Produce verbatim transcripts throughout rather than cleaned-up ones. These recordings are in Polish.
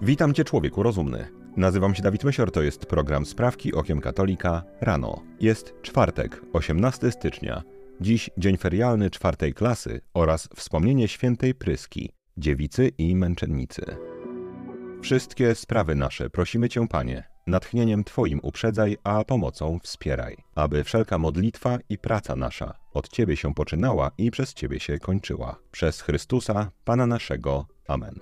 Witam Cię, człowieku rozumny. Nazywam się Dawid Mysior, to jest program Sprawki Okiem Katolika rano. Jest czwartek, osiemnastego stycznia. Dziś dzień ferialny czwartej klasy oraz wspomnienie świętej Pryski, dziewicy i męczennicy. Wszystkie sprawy nasze prosimy Cię, Panie, natchnieniem Twoim uprzedzaj, a pomocą wspieraj, aby wszelka modlitwa i praca nasza od Ciebie się poczynała i przez Ciebie się kończyła. Przez Chrystusa, Pana naszego. Amen.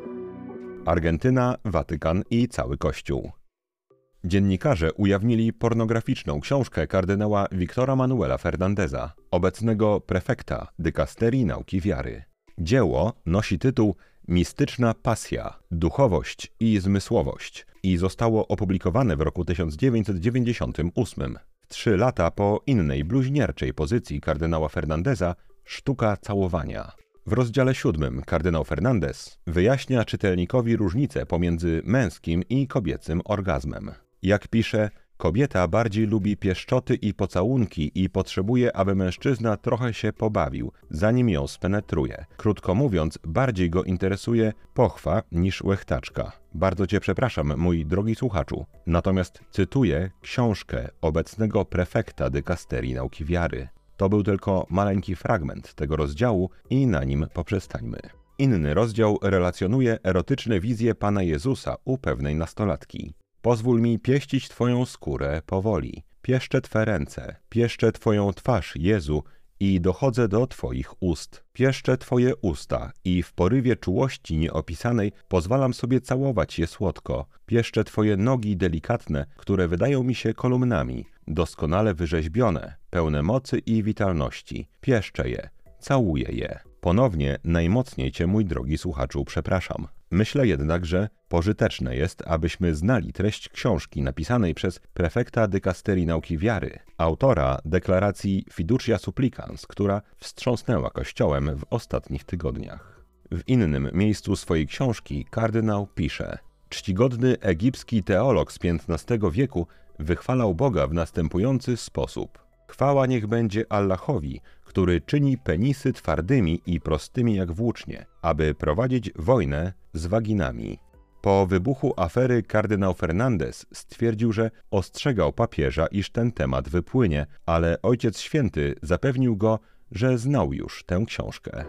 Argentyna, Watykan i cały Kościół. Dziennikarze ujawnili pornograficzną książkę kardynała Victora Manuela Fernandeza, obecnego prefekta dykasterii nauki wiary. Dzieło nosi tytuł Mistyczna pasja, duchowość i zmysłowość i zostało opublikowane w roku tysiąc dziewięćset dziewięćdziesiątym ósmym. Trzy lata po innej bluźnierczej pozycji kardynała Fernandeza Sztuka całowania. W rozdziale siódmym kardynał Fernandez wyjaśnia czytelnikowi różnicę pomiędzy męskim i kobiecym orgazmem. Jak pisze, kobieta bardziej lubi pieszczoty i pocałunki i potrzebuje, aby mężczyzna trochę się pobawił, zanim ją spenetruje. Krótko mówiąc, bardziej go interesuje pochwa niż łechtaczka. Bardzo Cię przepraszam, mój drogi słuchaczu. Natomiast cytuję książkę obecnego prefekta dykasterii nauki wiary. To był tylko maleńki fragment tego rozdziału i na nim poprzestańmy. Inny rozdział relacjonuje erotyczne wizje Pana Jezusa u pewnej nastolatki. Pozwól mi pieścić Twoją skórę powoli. Pieszczę Twe ręce, pieszczę Twoją twarz, Jezu, i dochodzę do Twoich ust. Pieszczę Twoje usta i w porywie czułości nieopisanej pozwalam sobie całować je słodko. Pieszczę Twoje nogi delikatne, które wydają mi się kolumnami, doskonale wyrzeźbione, pełne mocy i witalności. Pieszczę je, całuję je. Ponownie najmocniej Cię, mój drogi słuchaczu, przepraszam. Myślę jednak, że pożyteczne jest, abyśmy znali treść książki napisanej przez prefekta dykasterii nauki wiary, autora deklaracji Fiducia Supplicans, która wstrząsnęła Kościołem w ostatnich tygodniach. W innym miejscu swojej książki kardynał pisze: czcigodny egipski teolog z piętnastego wieku wychwalał Boga w następujący sposób. Chwała niech będzie Allahowi, który czyni penisy twardymi i prostymi jak włócznie, aby prowadzić wojnę z waginami. Po wybuchu afery kardynał Fernandez stwierdził, że ostrzegał papieża, iż ten temat wypłynie, ale Ojciec Święty zapewnił go, że znał już tę książkę.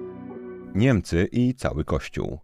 Niemcy i cały Kościół.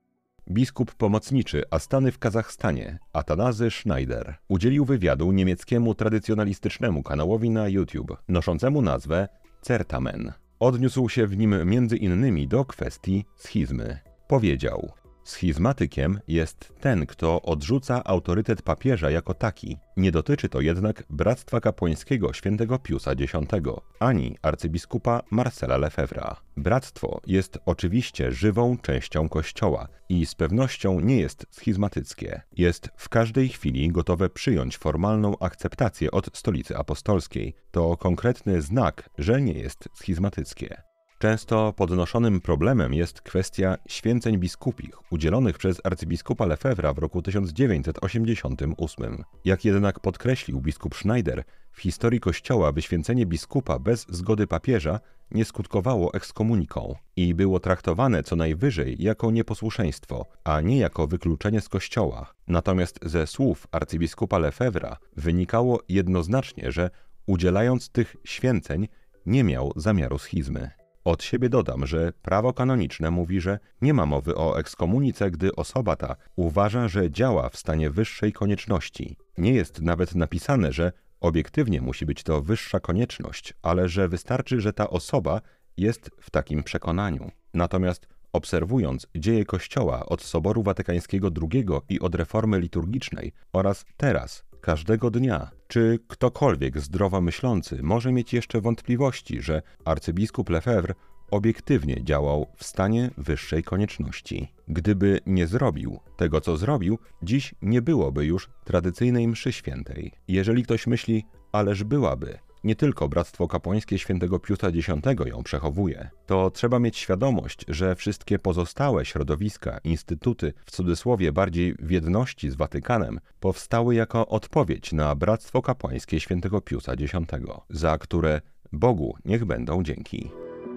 Biskup pomocniczy Astany w Kazachstanie, Atanazy Schneider, udzielił wywiadu niemieckiemu tradycjonalistycznemu kanałowi na YouTube, noszącemu nazwę Certamen. Odniósł się w nim między innymi do kwestii schizmy. Powiedział: schizmatykiem jest ten, kto odrzuca autorytet papieża jako taki. Nie dotyczy to jednak Bractwa Kapłańskiego świętego Piusa X, ani arcybiskupa Marcela Lefebvre'a. Bractwo jest oczywiście żywą częścią Kościoła i z pewnością nie jest schizmatyckie. Jest w każdej chwili gotowe przyjąć formalną akceptację od Stolicy Apostolskiej. To konkretny znak, że nie jest schizmatyckie. Często podnoszonym problemem jest kwestia święceń biskupich udzielonych przez arcybiskupa Lefebvre'a w roku tysiąc dziewięćset osiemdziesiątym ósmym. Jak jednak podkreślił biskup Schneider, w historii Kościoła wyświęcenie biskupa bez zgody papieża nie skutkowało ekskomuniką i było traktowane co najwyżej jako nieposłuszeństwo, a nie jako wykluczenie z Kościoła. Natomiast ze słów arcybiskupa Lefebvre'a wynikało jednoznacznie, że udzielając tych święceń nie miał zamiaru schizmy. Od siebie dodam, że prawo kanoniczne mówi, że nie ma mowy o ekskomunice, gdy osoba ta uważa, że działa w stanie wyższej konieczności. Nie jest nawet napisane, że obiektywnie musi być to wyższa konieczność, ale że wystarczy, że ta osoba jest w takim przekonaniu. Natomiast obserwując dzieje Kościoła od Soboru Watykańskiego drugiego i od reformy liturgicznej oraz teraz, każdego dnia, czy ktokolwiek zdrowo myślący może mieć jeszcze wątpliwości, że arcybiskup Lefebvre obiektywnie działał w stanie wyższej konieczności. Gdyby nie zrobił tego, co zrobił, dziś nie byłoby już tradycyjnej mszy świętej. Jeżeli ktoś myśli, ależ byłaby, nie tylko Bractwo Kapłańskie świętego Piusa X ją przechowuje, to trzeba mieć świadomość, że wszystkie pozostałe środowiska, instytuty, w cudzysłowie bardziej w jedności z Watykanem, powstały jako odpowiedź na Bractwo Kapłańskie świętego Piusa X, za które Bogu niech będą dzięki.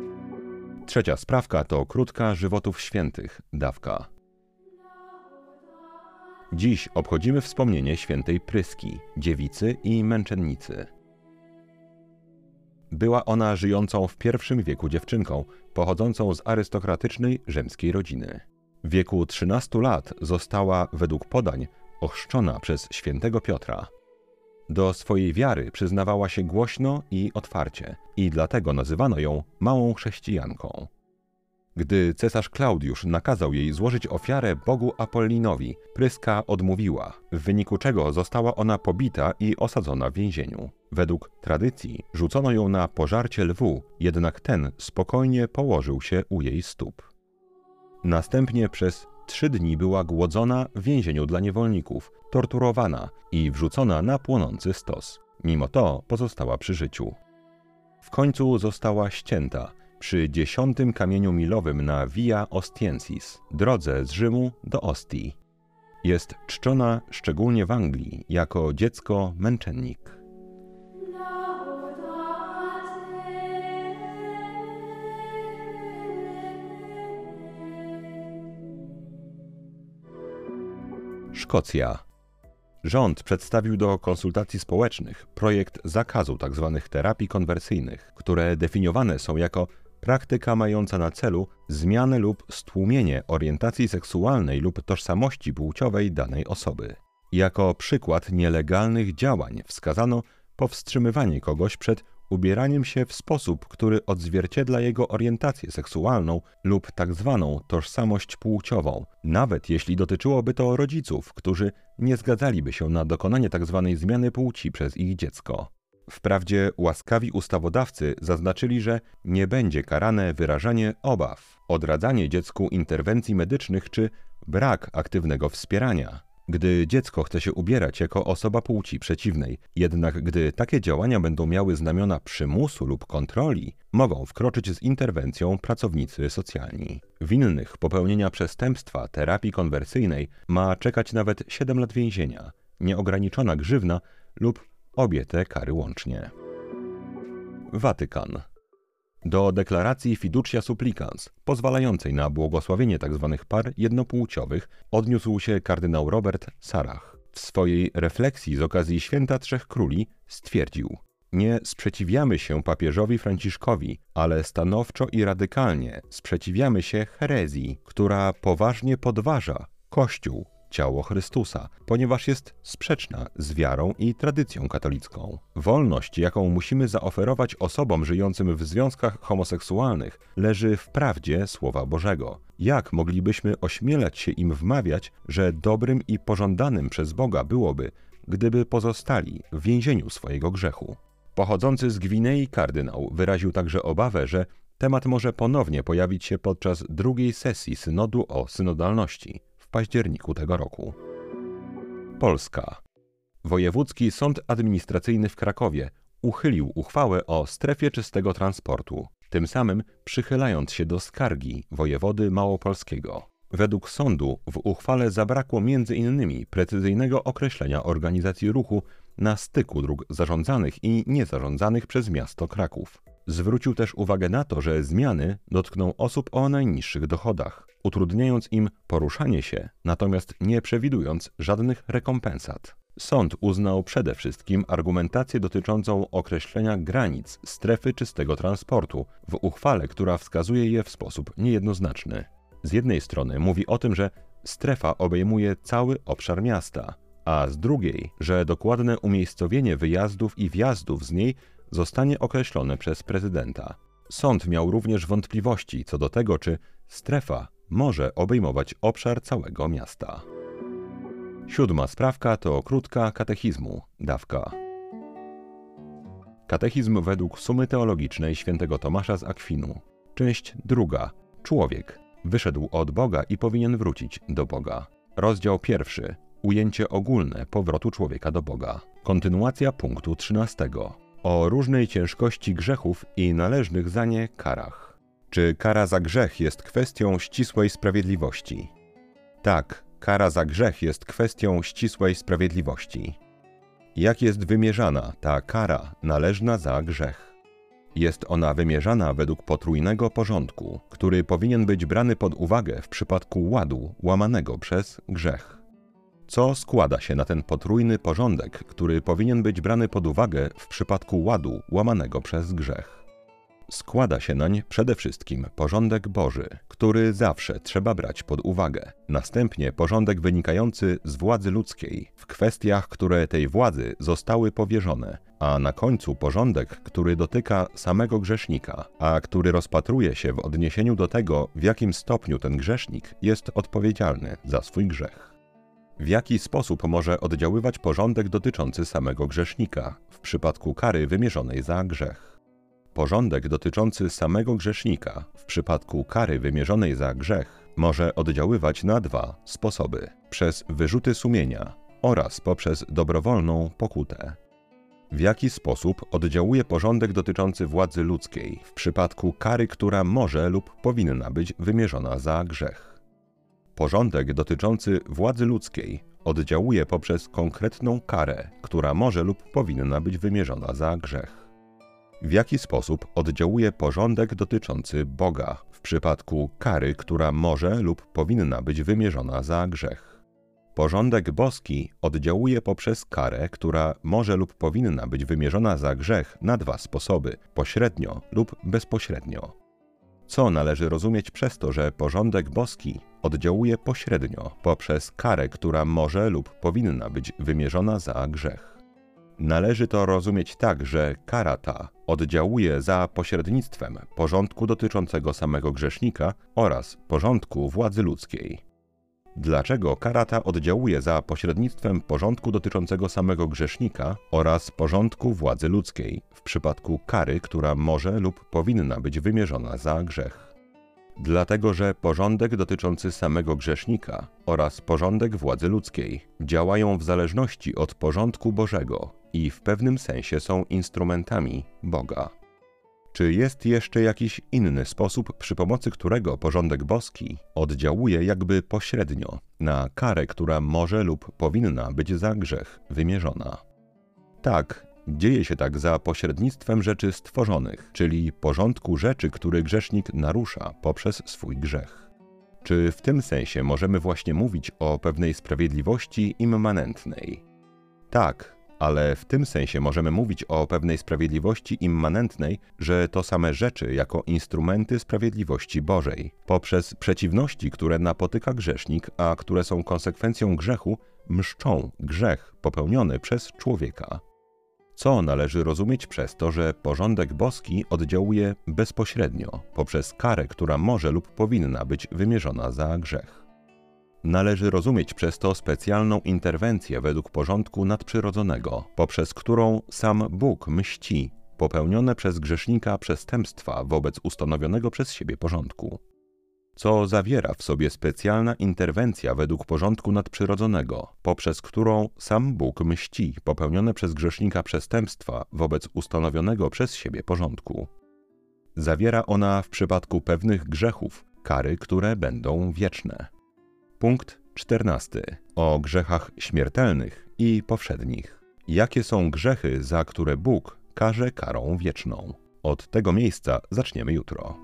Trzecia sprawka to krótka żywotów świętych, dawka. Dziś obchodzimy wspomnienie świętej Pryski, dziewicy i męczennicy. Była ona żyjącą w pierwszym wieku dziewczynką, pochodzącą z arystokratycznej rzymskiej rodziny. W wieku trzynastu lat została, według podań, ochrzczona przez świętego Piotra. Do swojej wiary przyznawała się głośno i otwarcie i dlatego nazywano ją małą chrześcijanką. Gdy cesarz Klaudiusz nakazał jej złożyć ofiarę bogu Apollinowi, Pryska odmówiła, w wyniku czego została ona pobita i osadzona w więzieniu. Według tradycji rzucono ją na pożarcie lwu, jednak ten spokojnie położył się u jej stóp. Następnie przez trzy dni była głodzona w więzieniu dla niewolników, torturowana i wrzucona na płonący stos. Mimo to pozostała przy życiu. W końcu została ścięta przy dziesiątym kamieniu milowym na Via Ostiensis, drodze z Rzymu do Ostii. Jest czczona szczególnie w Anglii jako dziecko męczennik. Szkocja. Rząd przedstawił do konsultacji społecznych projekt zakazu tzw. terapii konwersyjnych, które definiowane są jako praktyka mająca na celu zmianę lub stłumienie orientacji seksualnej lub tożsamości płciowej danej osoby. Jako przykład nielegalnych działań wskazano powstrzymywanie kogoś przed ubieraniem się w sposób, który odzwierciedla jego orientację seksualną lub tak zwaną tożsamość płciową, nawet jeśli dotyczyłoby to rodziców, którzy nie zgadzaliby się na dokonanie tak zwanej zmiany płci przez ich dziecko. Wprawdzie łaskawi ustawodawcy zaznaczyli, że nie będzie karane wyrażanie obaw, odradzanie dziecku interwencji medycznych czy brak aktywnego wspierania, gdy dziecko chce się ubierać jako osoba płci przeciwnej. Jednak gdy takie działania będą miały znamiona przymusu lub kontroli, mogą wkroczyć z interwencją pracownicy socjalni. Winnych popełnienia przestępstwa terapii konwersyjnej ma czekać nawet siedem lat więzienia, nieograniczona grzywna lub obie te kary łącznie. Watykan. Do deklaracji Fiducia Supplicans, pozwalającej na błogosławienie tzw. par jednopłciowych, odniósł się kardynał Robert Sarach. W swojej refleksji z okazji Święta Trzech Króli stwierdził: nie sprzeciwiamy się papieżowi Franciszkowi, ale stanowczo i radykalnie sprzeciwiamy się herezji, która poważnie podważa Kościół, ciało Chrystusa, ponieważ jest sprzeczna z wiarą i tradycją katolicką. Wolność, jaką musimy zaoferować osobom żyjącym w związkach homoseksualnych, leży w prawdzie Słowa Bożego. Jak moglibyśmy ośmielać się im wmawiać, że dobrym i pożądanym przez Boga byłoby, gdyby pozostali w więzieniu swojego grzechu? Pochodzący z Gwinei kardynał wyraził także obawę, że temat może ponownie pojawić się podczas drugiej sesji synodu o synodalności w październiku tego roku. Polska. Wojewódzki Sąd Administracyjny w Krakowie uchylił uchwałę o strefie czystego transportu, tym samym przychylając się do skargi wojewody małopolskiego. Według sądu w uchwale zabrakło między innymi precyzyjnego określenia organizacji ruchu na styku dróg zarządzanych i niezarządzanych przez miasto Kraków. Zwrócił też uwagę na to, że zmiany dotkną osób o najniższych dochodach, utrudniając im poruszanie się, natomiast nie przewidując żadnych rekompensat. Sąd uznał przede wszystkim argumentację dotyczącą określenia granic strefy czystego transportu w uchwale, która wskazuje je w sposób niejednoznaczny. Z jednej strony mówi o tym, że strefa obejmuje cały obszar miasta, a z drugiej, że dokładne umiejscowienie wyjazdów i wjazdów z niej zostanie określone przez prezydenta. Sąd miał również wątpliwości co do tego, czy strefa może obejmować obszar całego miasta. Siódma sprawka to krótka katechizmu, dawka. Katechizm według sumy teologicznej świętego Tomasza z Akwinu. Część druga. Człowiek. Wyszedł od Boga i powinien wrócić do Boga. Rozdział pierwszy. Ujęcie ogólne powrotu człowieka do Boga. Kontynuacja punktu trzynastego. O różnej ciężkości grzechów i należnych za nie karach. Czy kara za grzech jest kwestią ścisłej sprawiedliwości? Tak, kara za grzech jest kwestią ścisłej sprawiedliwości. Jak jest wymierzana ta kara należna za grzech? Jest ona wymierzana według potrójnego porządku, który powinien być brany pod uwagę w przypadku ładu łamanego przez grzech. Co składa się na ten potrójny porządek, który powinien być brany pod uwagę w przypadku ładu łamanego przez grzech? Składa się nań przede wszystkim porządek Boży, który zawsze trzeba brać pod uwagę. Następnie porządek wynikający z władzy ludzkiej w kwestiach, które tej władzy zostały powierzone, a na końcu porządek, który dotyka samego grzesznika, a który rozpatruje się w odniesieniu do tego, w jakim stopniu ten grzesznik jest odpowiedzialny za swój grzech. W jaki sposób może oddziaływać porządek dotyczący samego grzesznika w przypadku kary wymierzonej za grzech? Porządek dotyczący samego grzesznika w przypadku kary wymierzonej za grzech może oddziaływać na dwa sposoby: przez wyrzuty sumienia oraz poprzez dobrowolną pokutę. W jaki sposób oddziałuje porządek dotyczący władzy ludzkiej w przypadku kary, która może lub powinna być wymierzona za grzech? Porządek dotyczący władzy ludzkiej oddziałuje poprzez konkretną karę, która może lub powinna być wymierzona za grzech. W jaki sposób oddziałuje porządek dotyczący Boga w przypadku kary, która może lub powinna być wymierzona za grzech? Porządek boski oddziałuje poprzez karę, która może lub powinna być wymierzona za grzech na dwa sposoby: pośrednio lub bezpośrednio. Co należy rozumieć przez to, że porządek boski oddziałuje pośrednio poprzez karę, która może lub powinna być wymierzona za grzech? Należy to rozumieć tak, że kara ta oddziałuje za pośrednictwem porządku dotyczącego samego grzesznika oraz porządku władzy ludzkiej. Dlaczego kara ta oddziałuje za pośrednictwem porządku dotyczącego samego grzesznika oraz porządku władzy ludzkiej w przypadku kary, która może lub powinna być wymierzona za grzech? Dlatego, że porządek dotyczący samego grzesznika oraz porządek władzy ludzkiej działają w zależności od porządku Bożego i w pewnym sensie są instrumentami Boga. Czy jest jeszcze jakiś inny sposób, przy pomocy którego porządek boski oddziałuje jakby pośrednio na karę, która może lub powinna być za grzech wymierzona? Tak, dzieje się tak za pośrednictwem rzeczy stworzonych, czyli porządku rzeczy, który grzesznik narusza poprzez swój grzech. Czy w tym sensie możemy właśnie mówić o pewnej sprawiedliwości immanentnej? Tak, ale w tym sensie możemy mówić o pewnej sprawiedliwości immanentnej, że to same rzeczy jako instrumenty sprawiedliwości Bożej, poprzez przeciwności, które napotyka grzesznik, a które są konsekwencją grzechu, mszczą grzech popełniony przez człowieka. Co należy rozumieć przez to, że porządek boski oddziałuje bezpośrednio poprzez karę, która może lub powinna być wymierzona za grzech? Należy rozumieć przez to specjalną interwencję według porządku nadprzyrodzonego, poprzez którą sam Bóg mści popełnione przez grzesznika przestępstwa wobec ustanowionego przez siebie porządku. Co zawiera w sobie specjalna interwencja według porządku nadprzyrodzonego, poprzez którą sam Bóg mści popełnione przez grzesznika przestępstwa wobec ustanowionego przez siebie porządku. Zawiera ona w przypadku pewnych grzechów kary, które będą wieczne. Punkt czternasty. O grzechach śmiertelnych i powszednich. Jakie są grzechy, za które Bóg karze karą wieczną? Od tego miejsca zaczniemy jutro.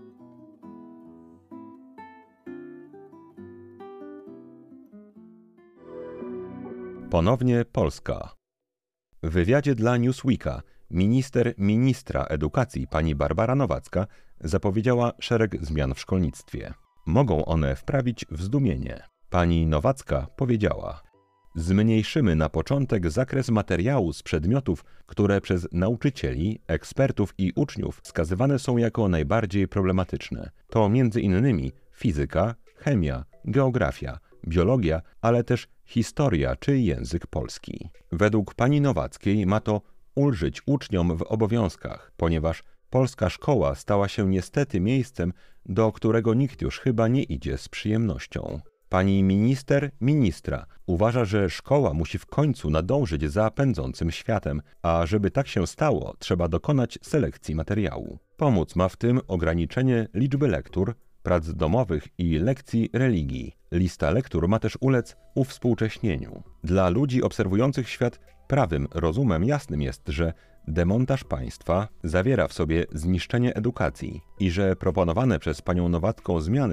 Ponownie Polska. W wywiadzie dla Newsweeka minister ministra edukacji pani Barbara Nowacka zapowiedziała szereg zmian w szkolnictwie. Mogą one wprawić w zdumienie. Pani Nowacka powiedziała: zmniejszymy na początek zakres materiału z przedmiotów, które przez nauczycieli, ekspertów i uczniów wskazywane są jako najbardziej problematyczne. To między innymi fizyka, chemia, geografia, biologia, ale też historia czy język polski. Według pani Nowackiej ma to ulżyć uczniom w obowiązkach, ponieważ polska szkoła stała się niestety miejscem, do którego nikt już chyba nie idzie z przyjemnością. Pani minister ministra uważa, że szkoła musi w końcu nadążyć za pędzącym światem, a żeby tak się stało, trzeba dokonać selekcji materiału. Pomóc ma w tym ograniczenie liczby lektur, prac domowych i lekcji religii. Lista lektur ma też ulec uwspółcześnieniu. Dla ludzi obserwujących świat prawym rozumem jasnym jest, że demontaż państwa zawiera w sobie zniszczenie edukacji i że proponowane przez panią Nowacką zmiany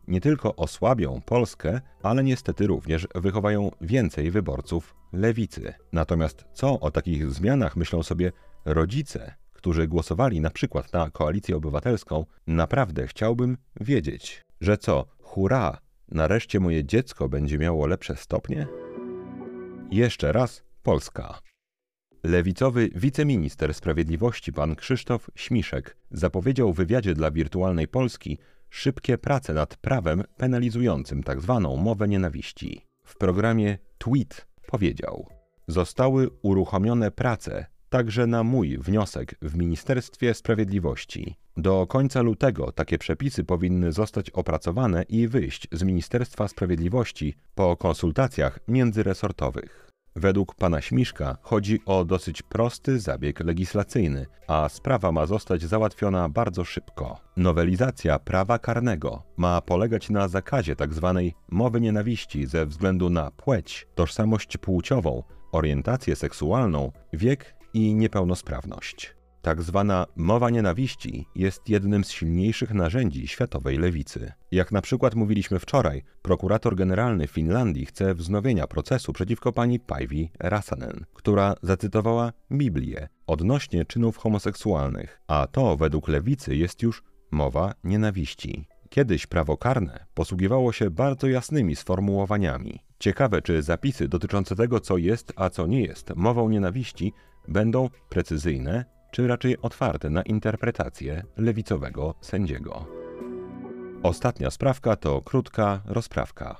nie tylko osłabią Polskę, ale niestety również wychowają więcej wyborców lewicy. Natomiast co o takich zmianach myślą sobie rodzice, którzy głosowali na przykład na Koalicję Obywatelską, naprawdę chciałbym wiedzieć, że co, hurra, nareszcie moje dziecko będzie miało lepsze stopnie? Jeszcze raz Polska. Lewicowy wiceminister sprawiedliwości pan Krzysztof Śmiszek zapowiedział w wywiadzie dla Wirtualnej Polski szybkie prace nad prawem penalizującym tzw. mowę nienawiści. W programie Tweet powiedział: zostały uruchomione prace także na mój wniosek w Ministerstwie Sprawiedliwości. Do końca lutego takie przepisy powinny zostać opracowane i wyjść z Ministerstwa Sprawiedliwości po konsultacjach międzyresortowych. Według pana Śmiszka chodzi o dosyć prosty zabieg legislacyjny, a sprawa ma zostać załatwiona bardzo szybko. Nowelizacja prawa karnego ma polegać na zakazie tzw. mowy nienawiści ze względu na płeć, tożsamość płciową, orientację seksualną, wiek i niepełnosprawność. Tak zwana mowa nienawiści jest jednym z silniejszych narzędzi światowej lewicy. Jak na przykład mówiliśmy wczoraj, prokurator generalny Finlandii chce wznowienia procesu przeciwko pani Päivi Räsänen, która zacytowała Biblię odnośnie czynów homoseksualnych, a to według lewicy jest już mowa nienawiści. Kiedyś prawo karne posługiwało się bardzo jasnymi sformułowaniami. Ciekawe, czy zapisy dotyczące tego, co jest, a co nie jest mową nienawiści, będą precyzyjne, czy raczej otwarte na interpretację lewicowego sędziego. Ostatnia sprawka to krótka rozprawka.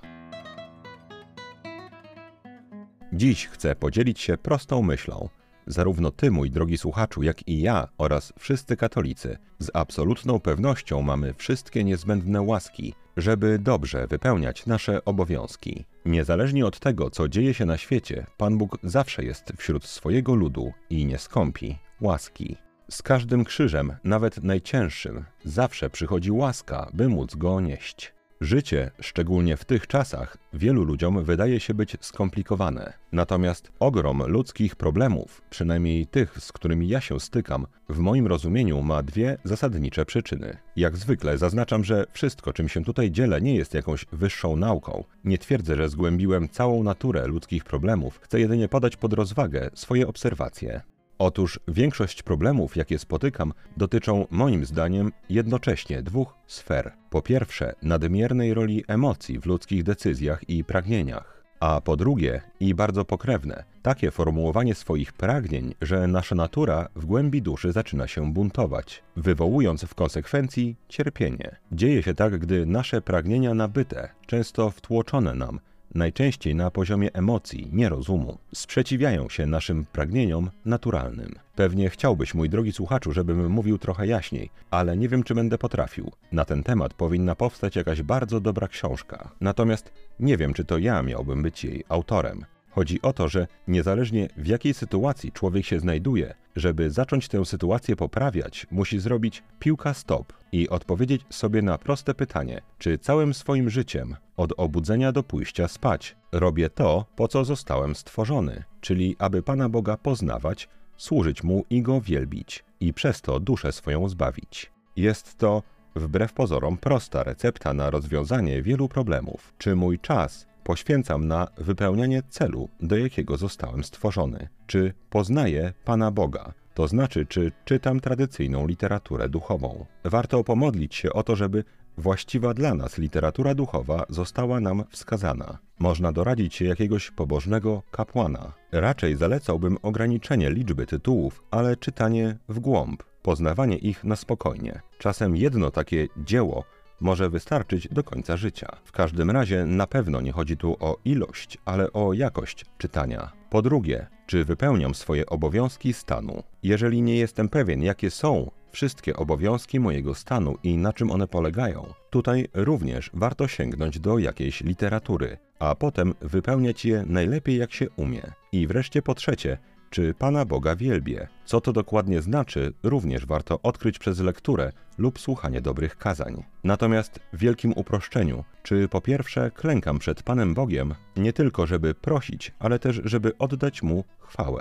Dziś chcę podzielić się prostą myślą. Zarówno ty, mój drogi słuchaczu, jak i ja oraz wszyscy katolicy z absolutną pewnością mamy wszystkie niezbędne łaski, żeby dobrze wypełniać nasze obowiązki. Niezależnie od tego, co dzieje się na świecie, Pan Bóg zawsze jest wśród swojego ludu i nie skąpi łaski. Z każdym krzyżem, nawet najcięższym, zawsze przychodzi łaska, by móc go nieść. Życie, szczególnie w tych czasach, wielu ludziom wydaje się być skomplikowane. Natomiast ogrom ludzkich problemów, przynajmniej tych, z którymi ja się stykam, w moim rozumieniu ma dwie zasadnicze przyczyny. Jak zwykle zaznaczam, że wszystko, czym się tutaj dzielę, nie jest jakąś wyższą nauką. Nie twierdzę, że zgłębiłem całą naturę ludzkich problemów, chcę jedynie podać pod rozwagę swoje obserwacje. Otóż większość problemów, jakie spotykam, dotyczą moim zdaniem jednocześnie dwóch sfer. Po pierwsze, nadmiernej roli emocji w ludzkich decyzjach i pragnieniach. A po drugie, i bardzo pokrewne, takie formułowanie swoich pragnień, że nasza natura w głębi duszy zaczyna się buntować, wywołując w konsekwencji cierpienie. Dzieje się tak, gdy nasze pragnienia nabyte, często wtłoczone nam, najczęściej na poziomie emocji, nie rozumu, sprzeciwiają się naszym pragnieniom naturalnym. Pewnie chciałbyś, mój drogi słuchaczu, żebym mówił trochę jaśniej, ale nie wiem, czy będę potrafił. Na ten temat powinna powstać jakaś bardzo dobra książka. Natomiast nie wiem, czy to ja miałbym być jej autorem. Chodzi o to, że niezależnie w jakiej sytuacji człowiek się znajduje, żeby zacząć tę sytuację poprawiać, musi zrobić piłka stop i odpowiedzieć sobie na proste pytanie, czy całym swoim życiem, od obudzenia do pójścia spać, robię to, po co zostałem stworzony, czyli aby Pana Boga poznawać, służyć Mu i Go wielbić i przez to duszę swoją zbawić. Jest to, wbrew pozorom, prosta recepta na rozwiązanie wielu problemów. Czy mój czas poświęcam na wypełnianie celu, do jakiego zostałem stworzony? Czy poznaję Pana Boga? To znaczy, czy czytam tradycyjną literaturę duchową? Warto pomodlić się o to, żeby właściwa dla nas literatura duchowa została nam wskazana. Można doradzić się jakiegoś pobożnego kapłana. Raczej zalecałbym ograniczenie liczby tytułów, ale czytanie w głąb, poznawanie ich na spokojnie. Czasem jedno takie dzieło może wystarczyć do końca życia. W każdym razie na pewno nie chodzi tu o ilość, ale o jakość czytania. Po drugie, czy wypełniam swoje obowiązki stanu? Jeżeli nie jestem pewien, jakie są wszystkie obowiązki mojego stanu i na czym one polegają, tutaj również warto sięgnąć do jakiejś literatury, a potem wypełniać je najlepiej jak się umie. I wreszcie po trzecie, czy Pana Boga wielbię? Co to dokładnie znaczy, również warto odkryć przez lekturę lub słuchanie dobrych kazań. Natomiast w wielkim uproszczeniu, czy po pierwsze klękam przed Panem Bogiem, nie tylko żeby prosić, ale też żeby oddać Mu chwałę?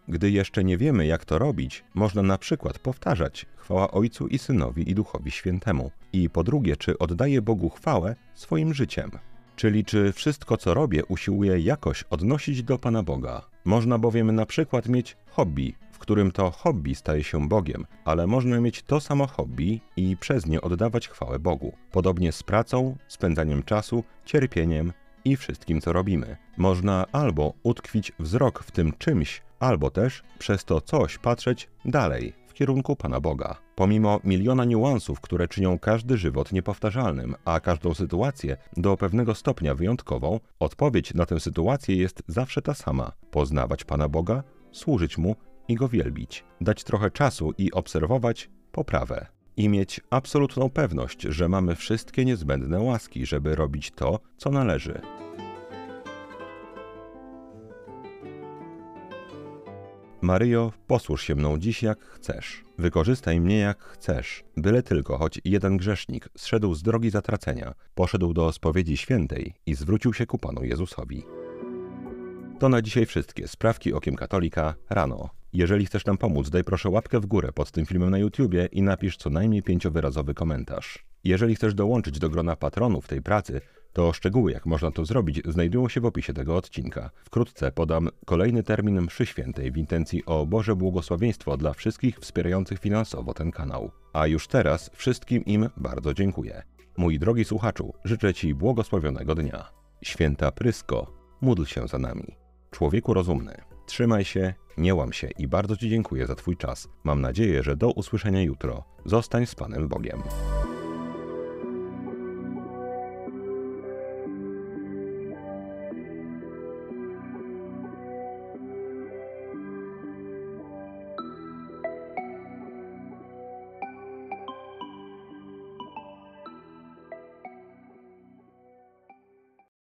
Gdy jeszcze nie wiemy, jak to robić, można na przykład powtarzać chwała Ojcu i Synowi i Duchowi Świętemu. I po drugie, czy oddaję Bogu chwałę swoim życiem? Czyli czy wszystko, co robię, usiłuję jakoś odnosić do Pana Boga. Można bowiem na przykład mieć hobby, w którym to hobby staje się Bogiem, ale można mieć to samo hobby i przez nie oddawać chwałę Bogu. Podobnie z pracą, spędzaniem czasu, cierpieniem i wszystkim, co robimy. Można albo utkwić wzrok w tym czymś, albo też przez to coś patrzeć dalej, w kierunku Pana Boga. Pomimo miliona niuansów, które czynią każdy żywot niepowtarzalnym, a każdą sytuację do pewnego stopnia wyjątkową, odpowiedź na tę sytuację jest zawsze ta sama. Poznawać Pana Boga, służyć Mu i Go wielbić. Dać trochę czasu i obserwować poprawę. I mieć absolutną pewność, że mamy wszystkie niezbędne łaski, żeby robić to, co należy. Maryjo, posłuż się mną dziś jak chcesz. Wykorzystaj mnie jak chcesz. Byle tylko choć jeden grzesznik zszedł z drogi zatracenia, poszedł do spowiedzi świętej i zwrócił się ku Panu Jezusowi. To na dzisiaj wszystkie sprawki Okiem Katolika rano. Jeżeli chcesz nam pomóc, daj proszę łapkę w górę pod tym filmem na YouTubie i napisz co najmniej pięciowyrazowy komentarz. Jeżeli chcesz dołączyć do grona patronów tej pracy, to szczegóły, jak można to zrobić, znajdują się w opisie tego odcinka. Wkrótce podam kolejny termin mszy świętej w intencji o Boże błogosławieństwo dla wszystkich wspierających finansowo ten kanał. A już teraz wszystkim im bardzo dziękuję. Mój drogi słuchaczu, życzę Ci błogosławionego dnia. Święta Prysko, módl się za nami. Człowieku rozumny, trzymaj się, nie łam się i bardzo Ci dziękuję za Twój czas. Mam nadzieję, że do usłyszenia jutro. Zostań z Panem Bogiem.